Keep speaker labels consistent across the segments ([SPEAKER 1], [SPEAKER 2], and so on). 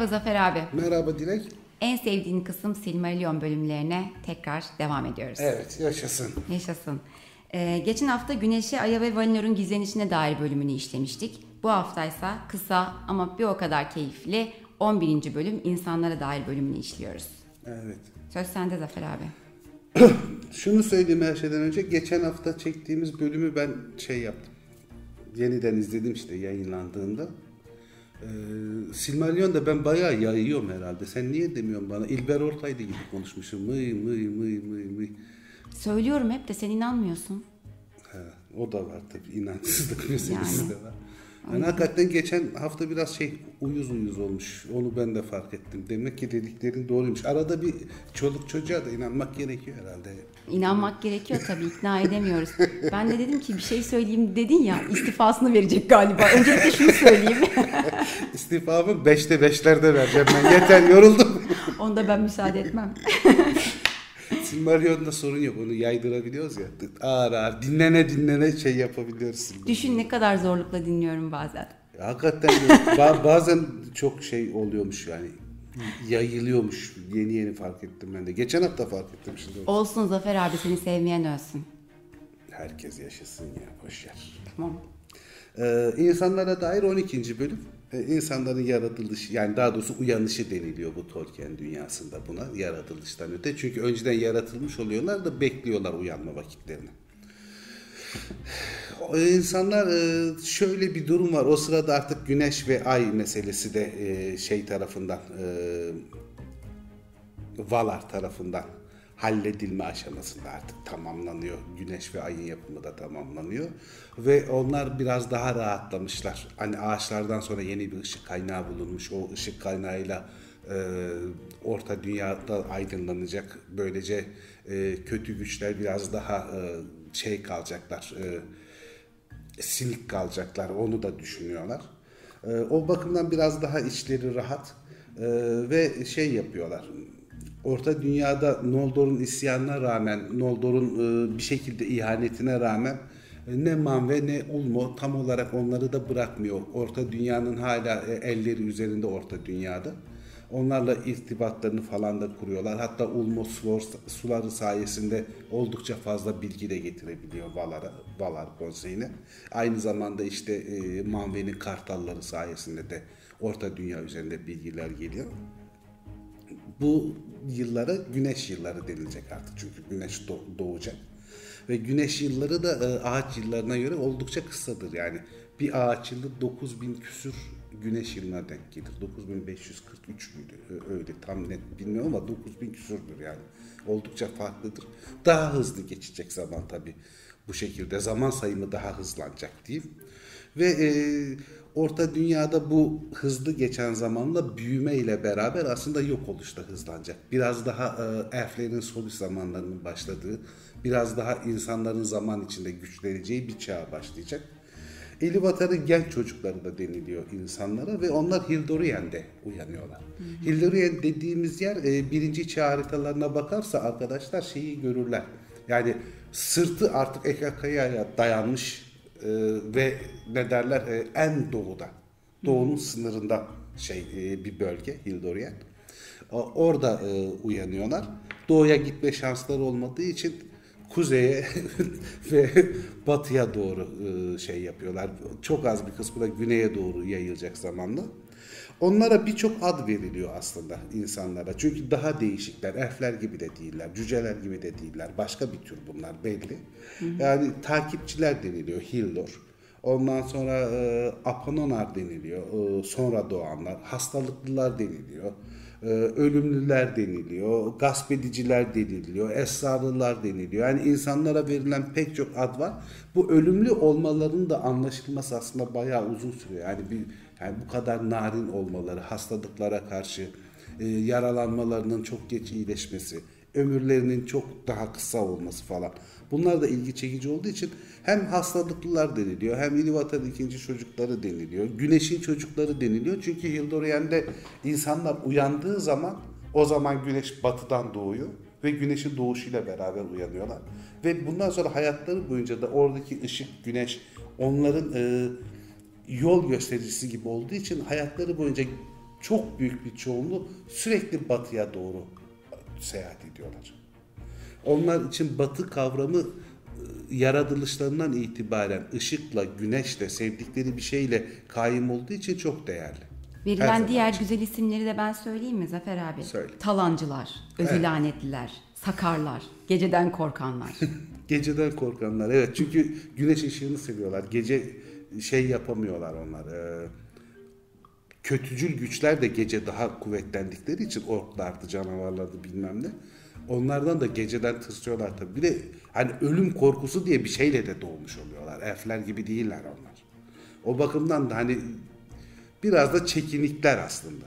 [SPEAKER 1] Merhaba Zafer abi.
[SPEAKER 2] Merhaba Dilek.
[SPEAKER 1] En sevdiğin kısım Silmarillion bölümlerine tekrar devam ediyoruz.
[SPEAKER 2] Evet, yaşasın.
[SPEAKER 1] Yaşasın. Geçen hafta Güneş'e, Ay'a ve Valinor'un gizlenişine dair bölümünü işlemiştik. Bu haftaysa kısa ama bir o kadar keyifli 11. bölüm insanlara dair bölümünü işliyoruz.
[SPEAKER 2] Evet.
[SPEAKER 1] Söz sende Zafer abi.
[SPEAKER 2] Şunu söyleyeyim her şeyden önce. Geçen hafta çektiğimiz bölümü ben yaptım. Yeniden izledim işte yayınlandığında. Silmarillion'da ben bayağı yayıyorum herhalde. Sen niye demiyorsun bana? İlber Ortaylı gibi konuşmuşum. Mıy.
[SPEAKER 1] Söylüyorum hep de sen inanmıyorsun.
[SPEAKER 2] Ha, o da var tabii. İnançsızlık meselesi de var. Yani hakikaten geçen hafta biraz uyuz olmuş. Onu ben de fark ettim. Demek ki dediklerin doğruymuş. Arada bir çoluk çocuğa da inanmak gerekiyor herhalde.
[SPEAKER 1] İnanmak gerekiyor tabii, ikna edemiyoruz. Ben de dedim ki bir şey söyleyeyim dedin ya, istifasını verecek galiba. Öncelikle şunu söyleyeyim.
[SPEAKER 2] İstifamı 5'te 5'lerde vereceğim ben. Yeter, yoruldum.
[SPEAKER 1] Onda ben müsaade etmem.
[SPEAKER 2] Silmarillion'da sorun yok. Onu yaydırabiliyoruz ya. Ağır dinlene yapabiliyoruz.
[SPEAKER 1] Düşün ne kadar zorlukla dinliyorum bazen.
[SPEAKER 2] Hakikaten bazen çok oluyormuş yani. Yayılıyormuş. Yeni fark ettim ben de. Geçen hafta fark ettim şimdi.
[SPEAKER 1] Olsun Zafer abi, seni sevmeyen ölsün.
[SPEAKER 2] Herkes yaşasın ya. Boşver.
[SPEAKER 1] Tamam.
[SPEAKER 2] İnsanlara dair 12. bölüm. İnsanların yaratılışı, yani daha doğrusu uyanışı deniliyor bu Tolkien dünyasında buna, yaratılıştan öte. Çünkü önceden yaratılmış oluyorlar da bekliyorlar uyanma vakitlerini. İnsanlar, şöyle bir durum var. O sırada artık güneş ve ay meselesi de tarafından, Valar tarafından halledilme aşamasında artık tamamlanıyor. Güneş ve ayın yapımı da tamamlanıyor. Ve onlar biraz daha rahatlamışlar. Hani ağaçlardan sonra yeni bir ışık kaynağı bulunmuş. O ışık kaynağıyla Orta Dünya'da aydınlanacak. Böylece kötü güçler biraz daha kalacaklar. Sinik kalacaklar. Onu da düşünüyorlar. O bakımdan biraz daha içleri rahat. Ve yapıyorlar. Orta Dünya'da Noldor'un isyanına rağmen, Noldor'un bir şekilde ihanetine rağmen ne Manwe ne Ulmo tam olarak onları da bırakmıyor. Orta Dünya'nın hala elleri üzerinde Orta Dünya'da. Onlarla irtibatlarını falan da kuruyorlar. Hatta Ulmo suları sayesinde oldukça fazla bilgi de getirebiliyor Valar Konseyi'ne. Aynı zamanda Manwe'nin kartalları sayesinde de Orta Dünya üzerinde bilgiler geliyor. Bu yıllara güneş yılları denilecek artık, çünkü güneş doğacak. Ve güneş yılları da ağaç yıllarına göre oldukça kısadır. Yani bir ağaç yılı 9000 küsür güneş yılına denk gelir. 9543 müydü? Öyle tam net bilmiyorum ama 9000 küsürdür yani. Oldukça farklıdır. Daha hızlı geçecek zaman tabii. Bu şekilde zaman sayımı daha hızlanacak diyeyim. Ve Orta Dünya'da bu hızlı geçen zamanla büyüme ile beraber aslında yok oluş da hızlanacak. Biraz daha elflerin solüs zamanlarının başladığı, biraz daha insanların zaman içinde güçleneceği bir çağa başlayacak. Ilúvatar'ın genç çocukları da deniliyor insanlara ve onlar Hildorieyn'de uyanıyorlar. Hildorieyn dediğimiz yer, birinci çağ haritalarına bakarsa arkadaşlar görürler. Yani sırtı artık Ekakaya'ya dayanmış ve en doğuda, doğunun sınırında bir bölge Hildorieyn. Orada uyanıyorlar. Doğuya gitme şansları olmadığı için kuzeye ve batıya doğru yapıyorlar. Çok az bir kısmı da güneye doğru yayılacak zamanla. Onlara birçok ad veriliyor aslında insanlara. Çünkü daha değişikler. Elfler gibi de değiller. Cüceler gibi de değiller. Başka bir tür bunlar belli. Yani takipçiler deniliyor. Hildor. Ondan sonra Apanonar deniliyor. Sonra doğanlar. Hastalıklılar deniliyor. Ölümlüler deniliyor. Gasp ediciler deniliyor. Esrarlılar deniliyor. Yani insanlara verilen pek çok ad var. Bu ölümlü olmalarının da anlaşılması aslında bayağı uzun sürüyor. Yani bu kadar narin olmaları, hastalıklara karşı yaralanmalarının çok geç iyileşmesi, ömürlerinin çok daha kısa olması falan. Bunlar da ilgi çekici olduğu için hem hastalıklılar deniliyor, hem Ilúvatar'ın ikinci çocukları deniliyor, güneşin çocukları deniliyor. Çünkü Hildorieyn'de insanlar uyandığı zaman, o zaman güneş batıdan doğuyor ve güneşin doğuşuyla beraber uyanıyorlar. Ve bundan sonra hayatları boyunca da oradaki ışık, güneş onların yol göstericisi gibi olduğu için hayatları boyunca çok büyük bir çoğunluğu sürekli batıya doğru seyahat ediyorlar. Onlar için batı kavramı yaratılışlarından itibaren ışıkla, güneşle, sevdikleri bir şeyle kaim olduğu için çok değerli.
[SPEAKER 1] Verilen diğer güzel isimleri de ben söyleyeyim mi Zafer abi?
[SPEAKER 2] Söyle.
[SPEAKER 1] Talancılar, özülanetliler, sakarlar, geceden korkanlar.
[SPEAKER 2] Geceden korkanlar, evet, çünkü güneş ışığını seviyorlar. Gece şey yapamıyorlar onlar. Kötücül güçler de gece daha kuvvetlendikleri için, orklardı, canavarlardı, bilmem ne. Onlardan da geceden tırsıyorlar tabii. Bir de hani ölüm korkusu diye bir şeyle de doğmuş oluyorlar. Elfler gibi değiller onlar. O bakımdan da hani biraz da çekinikler aslında.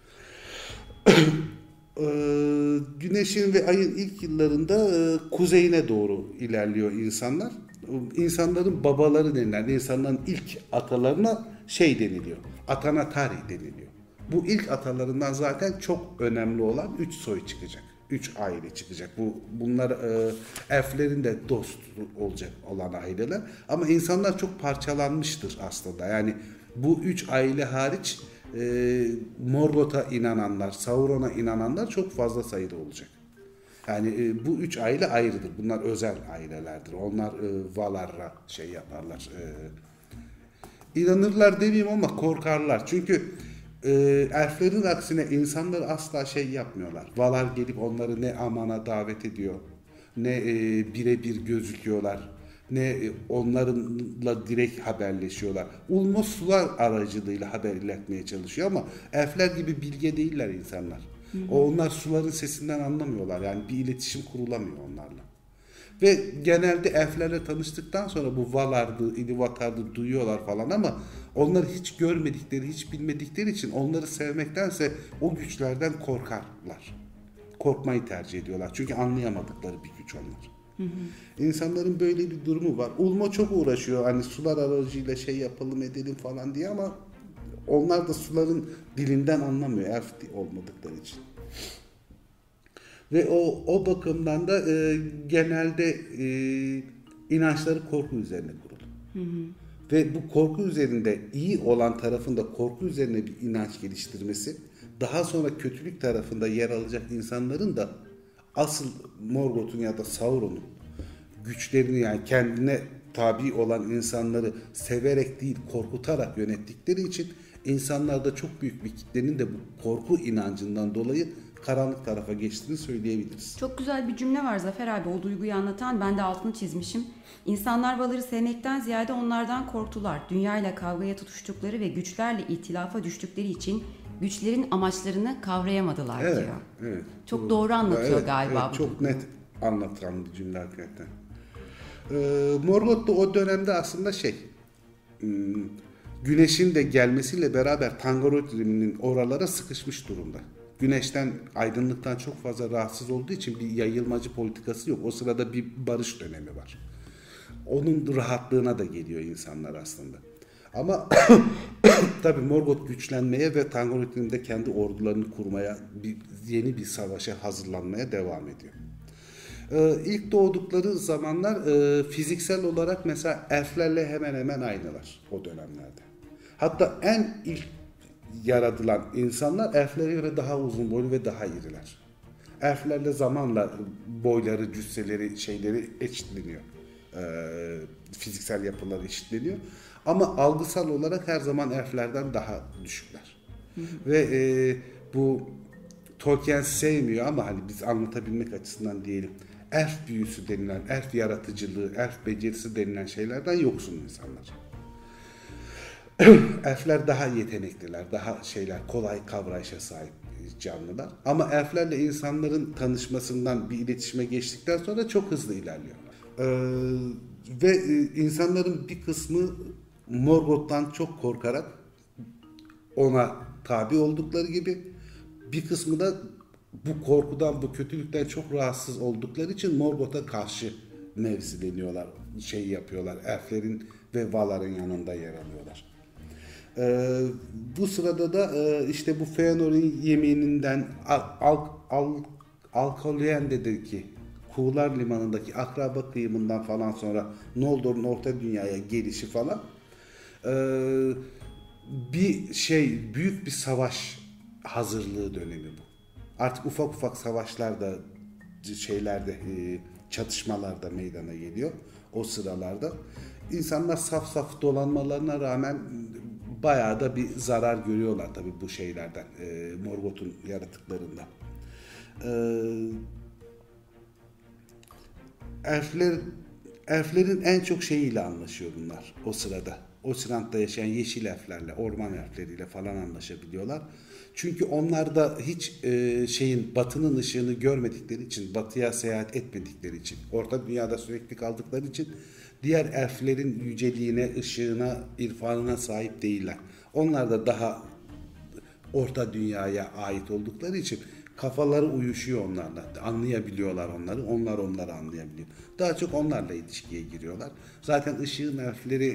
[SPEAKER 2] Güneşin ve ayın ilk yıllarında kuzeyine doğru ilerliyor insanlar. İnsanların babaları denilen, insanların ilk atalarına şey deniliyor. Atanatari deniliyor. Bu ilk atalarından zaten çok önemli olan 3 soy çıkacak. 3 aile çıkacak. Bunlar elflerin de dost olacak olan aileler. Ama insanlar çok parçalanmıştır aslında. Yani bu 3 aile hariç Morgoth'a inananlar, Sauron'a inananlar çok fazla sayıda olacak. Yani bu 3 aile ayrıdır. Bunlar özel ailelerdir. Onlar Valar'a şey yaparlar. İnanırlar demeyeyim ama korkarlar. Çünkü elflerin aksine insanlar asla şey yapmıyorlar. Valar gelip onları ne amana davet ediyor, ne birebir gözüküyorlar, ne onlarla direkt haberleşiyorlar. Ulmos sular aracılığıyla haber iletmeye çalışıyor ama elfler gibi bilge değiller insanlar. Onlar suların sesinden anlamıyorlar. Yani bir iletişim kurulamıyor onlarla. Ve genelde elflerle tanıştıktan sonra bu Valar'dı, Ilúvatar'dı duyuyorlar falan ama onları hiç görmedikleri, hiç bilmedikleri için onları sevmektense o güçlerden korkarlar. Korkmayı tercih ediyorlar. Çünkü anlayamadıkları bir güç onlar. İnsanların böyle bir durumu var. Ulmo çok uğraşıyor. Hani sular aracıyla şey yapalım edelim falan diye ama onlar da suların dilinden anlamıyor. Elf olmadıkları için. Ve o bakımdan da genelde inançları korku üzerine kurulu. Ve bu korku üzerinde iyi olan tarafında korku üzerine bir inanç geliştirmesi, daha sonra kötülük tarafında yer alacak insanların da asıl Morgoth'un ya da Sauron'un güçlerini, yani kendine tabi olan insanları severek değil korkutarak yönettikleri için insanlarda çok büyük bir kitlenin de bu korku inancından dolayı karanlık tarafa geçtiğini söyleyebiliriz.
[SPEAKER 1] Çok güzel bir cümle var Zafer abi, o duyguyu anlatan, ben de altını çizmişim. İnsanlar Valar'ı sevmekten ziyade onlardan korktular. Dünyayla kavgaya tutuştukları ve güçlerle ihtilafa düştükleri için güçlerin amaçlarını kavrayamadılar diyor.
[SPEAKER 2] Evet.
[SPEAKER 1] Çok doğru anlatıyor galiba.
[SPEAKER 2] Evet, çok net anlatan bir cümle hakikaten. Morgoth da o dönemde aslında güneşin de gelmesiyle beraber Tangorothrim'in oralara sıkışmış durumda. Güneşten, aydınlıktan çok fazla rahatsız olduğu için bir yayılmacı politikası yok. O sırada bir barış dönemi var. Onun rahatlığına da geliyor insanlar aslında. Ama tabii Morgoth güçlenmeye ve Tangorothrim'de kendi ordularını kurmaya, yeni bir savaşa hazırlanmaya devam ediyor. İlk doğdukları zamanlar fiziksel olarak mesela elflerle hemen hemen aynılar o dönemlerde. Hatta en ilk yaratılan insanlar elflere göre daha uzun boylu ve daha iriler. Elflerle zamanla boyları, cüsseleri, şeyleri eşitleniyor. Fiziksel yapıları eşitleniyor. Ama algısal olarak her zaman elflerden daha düşükler. Ve bu Tolkien sevmiyor ama hani biz anlatabilmek açısından diyelim. Elf büyüsü denilen, elf yaratıcılığı, elf becerisi denilen şeylerden yoksun insanlar. Elfler daha yetenekliler, daha kolay kavrayışa sahip canlılar. Ama elflerle insanların tanışmasından bir iletişime geçtikten sonra çok hızlı ilerliyor. Ve insanların bir kısmı Morgoth'tan çok korkarak ona tabi oldukları gibi, bir kısmı da bu korkudan, bu kötülükten çok rahatsız oldukları için Morgoth'a karşı mevzileniyorlar, yapıyorlar. Elflerin ve Valar'ın yanında yer alıyorlar. Bu sırada da işte bu Feanor'un yemininden Alkoliende'deki Kuğular Limanı'ndaki akraba kıyımından falan sonra Noldor'un Orta Dünya'ya gelişi falan büyük bir savaş hazırlığı dönemi bu. Artık ufak ufak savaşlarda, çatışmalarda meydana geliyor o sıralarda. İnsanlar saf saf dolanmalarına rağmen bayağı da bir zarar görüyorlar tabii bu şeylerden, Morgoth'un yaratıklarından. Elflerin en çok şeyiyle anlaşıyor bunlar o sırada. O sırada yaşayan yeşil elflerle, orman elfleriyle falan anlaşabiliyorlar. Çünkü onlar da hiç batının ışığını görmedikleri için, batıya seyahat etmedikleri için, orta dünyada sürekli kaldıkları için diğer elflerin yüceliğine, ışığına, irfanına sahip değiller. Onlar da daha orta dünyaya ait oldukları için kafaları uyuşuyor onlarla. Anlayabiliyorlar onları. Onlar onları anlayabiliyor. Daha çok onlarla ilişkiye giriyorlar. Zaten ışığın elfleri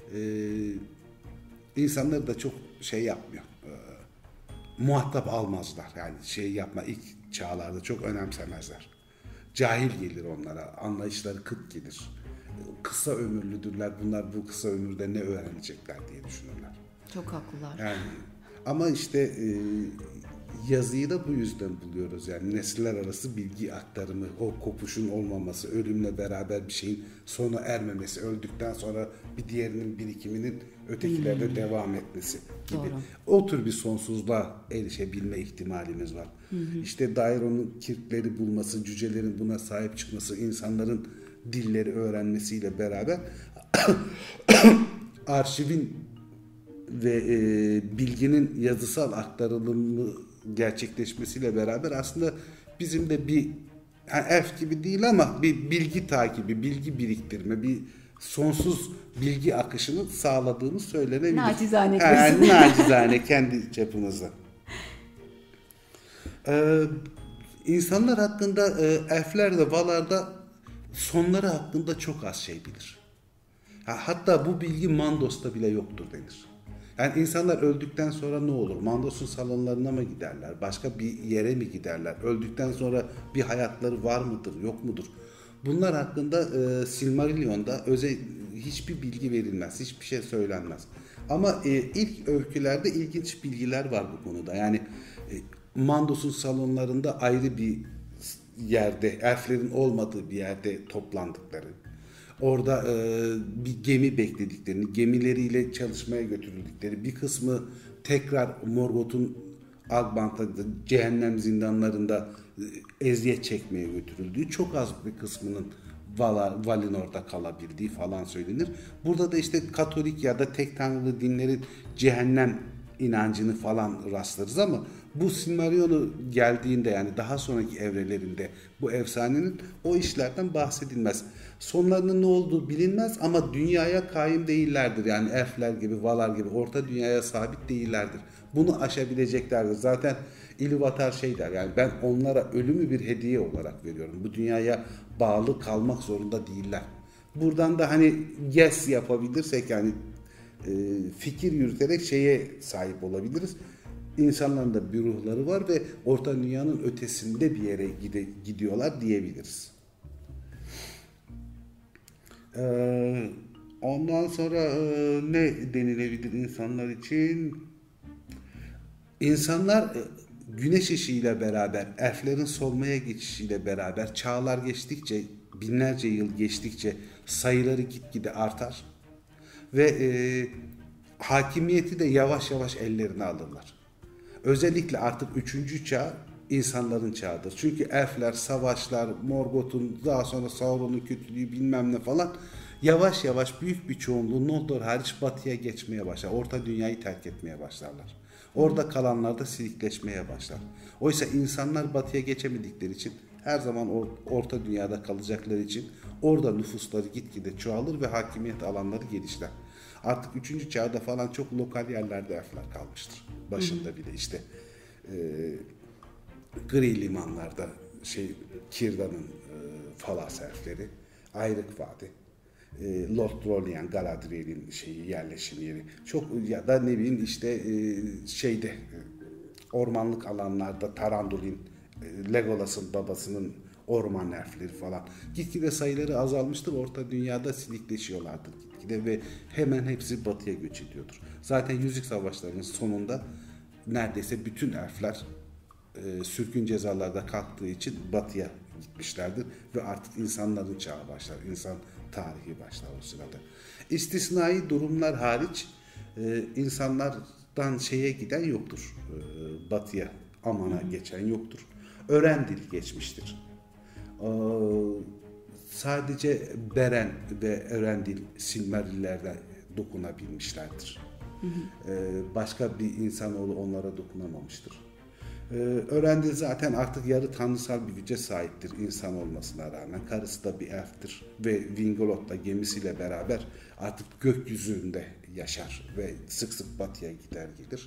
[SPEAKER 2] insanları da çok yapmıyor. Muhatap almazlar. Yani ilk çağlarda çok önemsemezler. Cahil gelir onlara. Anlayışları kıt gelir. Kısa ömürlüdürler. Bunlar bu kısa ömürde ne öğrenecekler diye düşünürler.
[SPEAKER 1] Çok haklılar.
[SPEAKER 2] Yani ama işte yazıyı da bu yüzden buluyoruz. Yani nesiller arası bilgi aktarımı, o kopuşun olmaması, ölümle beraber bir şeyin sona ermemesi, öldükten sonra bir diğerinin birikiminin ötekilerde devam etmesi gibi.
[SPEAKER 1] Doğru.
[SPEAKER 2] O tür bir sonsuzluğa erişebilme ihtimalimiz var. İşte Daeron'un kirkleri bulması, cücelerin buna sahip çıkması, insanların dilleri öğrenmesiyle beraber arşivin ve bilginin yazısal aktarılımı gerçekleşmesiyle beraber aslında bizim de elf gibi değil ama bir bilgi takibi, bilgi biriktirme, bir sonsuz bilgi akışını sağladığımız söylenebilir.
[SPEAKER 1] Nacizane.
[SPEAKER 2] Nacizane kendi çapımızda. İnsanlar hakkında elfler de Valar'da sonları hakkında çok az şey bilir. Hatta bu bilgi Mandos'ta bile yoktur denir. Yani insanlar öldükten sonra ne olur? Mandos'un salonlarına mı giderler? Başka bir yere mi giderler? Öldükten sonra bir hayatları var mıdır, yok mudur? Bunlar hakkında Silmarillion'da hiçbir bilgi verilmez, hiçbir şey söylenmez. Ama ilk öykülerde ilginç bilgiler var bu konuda. Yani Mandos'un salonlarında ayrı bir yerde, elflerin olmadığı bir yerde toplandıkları, orada bir gemi beklediklerini, gemileriyle çalışmaya götürüldükleri, bir kısmı tekrar Morgoth'un Agbant'ta, cehennem zindanlarında eziyet çekmeye götürüldüğü, çok az bir kısmının Valinor'da kalabildiği falan söylenir. Burada da işte Katolik ya da tek tanrılı dinlerin cehennem inancını falan rastlarız ama bu Silmarillion'u geldiğinde, yani daha sonraki evrelerinde bu efsanenin o işlerden bahsedilmez. Sonlarının ne olduğu bilinmez ama dünyaya kaim değillerdir. Yani elfler gibi, Valar gibi orta dünyaya sabit değillerdir. Bunu aşabileceklerdir. Zaten Ilúvatar der, yani ben onlara ölümü bir hediye olarak veriyorum. Bu dünyaya bağlı kalmak zorunda değiller. Buradan da yes yapabilirsek, yani fikir yürüterek sahip olabiliriz. İnsanların da bir ruhları var ve orta dünyanın ötesinde bir yere gidiyorlar diyebiliriz. Ondan sonra ne denilebilir insanlar için? İnsanlar güneş ışığıyla beraber, elflerin solmaya geçişiyle beraber çağlar geçtikçe, binlerce yıl geçtikçe sayıları gitgide artar ve hakimiyeti de yavaş yavaş ellerine alırlar. Özellikle artık 3. çağ insanların çağıdır. Çünkü elfler, savaşlar, Morgoth'un, daha sonra Sauron'un kötülüğü bilmem ne falan yavaş yavaş büyük bir çoğunluğu Noldor hariç batıya geçmeye başlar. Orta dünyayı terk etmeye başlarlar. Orada kalanlar da silikleşmeye başlar. Oysa insanlar batıya geçemedikleri için, her zaman orta dünyada kalacakları için orada nüfusları gitgide çoğalır ve hakimiyet alanları genişler. Artık 3. çağda falan çok lokal yerlerde elfler kalmıştır. Başında bile işte gri limanlarda Círdan'ın Falas elfleri, Ayrık Vadi, Lothlórien, Galadriel'in yerleşim yeri. Çok, ya da ne bileyim işte ormanlık alanlarda Tarandul'in, Legolas'ın babasının orman elfleri falan. Gitgide sayıları azalmıştır. Orta dünyada silikleşiyorlardır gitgide ve hemen hepsi batıya göç ediyordur. Zaten Yüzük Savaşları'nın sonunda neredeyse bütün elfler sürgün cezalarda kalktığı için batıya gitmişlerdir ve artık insanların çağı başlar, insan tarihi başlar o sırada. İstisnai durumlar hariç insanlardan şeye giden yoktur, batıya, Aman'a geçen yoktur. Örendil geçmiştir. Sadece Beren ve Örendil Silmarillerde dokunabilmişlerdir. Başka bir insanoğlu onlara dokunamamıştır. Örendil zaten artık yarı tanrısal bir güce sahiptir insan olmasına rağmen. Karısı da bir elftir ve Vingolot'la gemisiyle beraber artık gökyüzünde yaşar ve sık sık batıya gider gelir.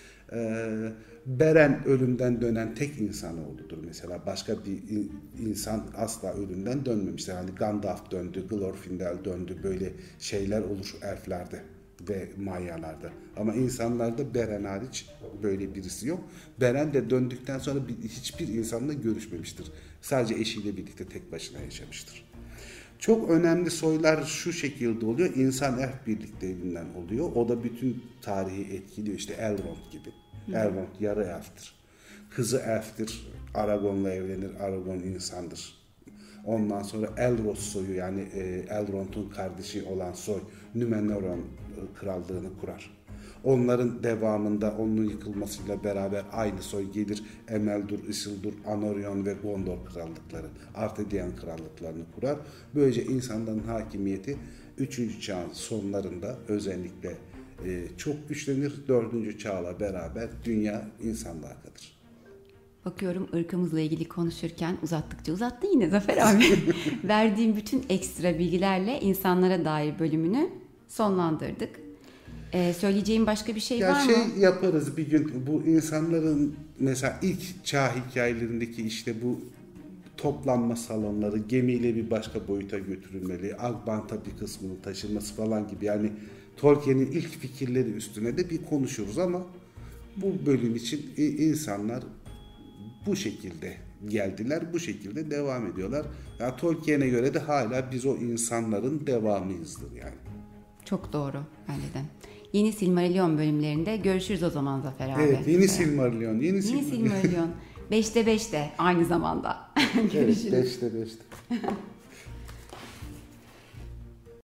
[SPEAKER 2] Beren ölümden dönen tek insanoğludur mesela. Başka bir insan asla ölümden dönmemiştir. Hani Gandalf döndü, Glorfindel döndü, böyle şeyler olur elflerde ve Mayalarda. Ama insanlarda Beren hariç böyle birisi yok. Beren de döndükten sonra hiçbir insanla görüşmemiştir. Sadece eşiyle birlikte tek başına yaşamıştır. Çok önemli soylar şu şekilde oluyor. İnsan-elf birlikteliğinden oluyor. O da bütün tarihi etkiliyor. İşte Elrond gibi. Elrond yarı elftir. Kızı elftir. Aragorn'la evlenir. Aragorn insandır. Ondan sonra Elros soyu, yani Elrond'un kardeşi olan soy Númenor krallığını kurar. Onların devamında, onun yıkılmasıyla beraber aynı soy gelir. Emeldur, Isildur, Anarion ve Gondor krallıkları, Arthurian krallıklarını kurar. Böylece insanların hakimiyeti 3. çağın sonlarında özellikle çok güçlenir. 4. çağla beraber dünya insanlığa kalır.
[SPEAKER 1] Bakıyorum ırkımızla ilgili konuşurken uzattıkça uzattı yine Zafer abi. Verdiğim bütün ekstra bilgilerle insanlara dair bölümünü sonlandırdık. Söyleyeceğim başka bir şey var mı?
[SPEAKER 2] Yaparız bir gün. Bu insanların mesela ilk çağ hikayelerindeki işte bu toplanma salonları, gemiyle bir başka boyuta götürülmeli, Agbant'a bir kısmının taşınması falan gibi, yani Tolkien'in ilk fikirleri üstüne de bir konuşuruz ama bu bölüm için insanlar bu şekilde geldiler, bu şekilde devam ediyorlar. Yani Tolkien'e göre de hala biz o insanların devamıyızdır yani.
[SPEAKER 1] Çok doğru bence de. Yeni Silmarillion bölümlerinde görüşürüz o zaman Zafer abi.
[SPEAKER 2] Evet, yeni Silmarillion.
[SPEAKER 1] Yeni Silmarillion. 5'te 5'te aynı zamanda. Görüşürüz.
[SPEAKER 2] Evet, 5'te 5'te.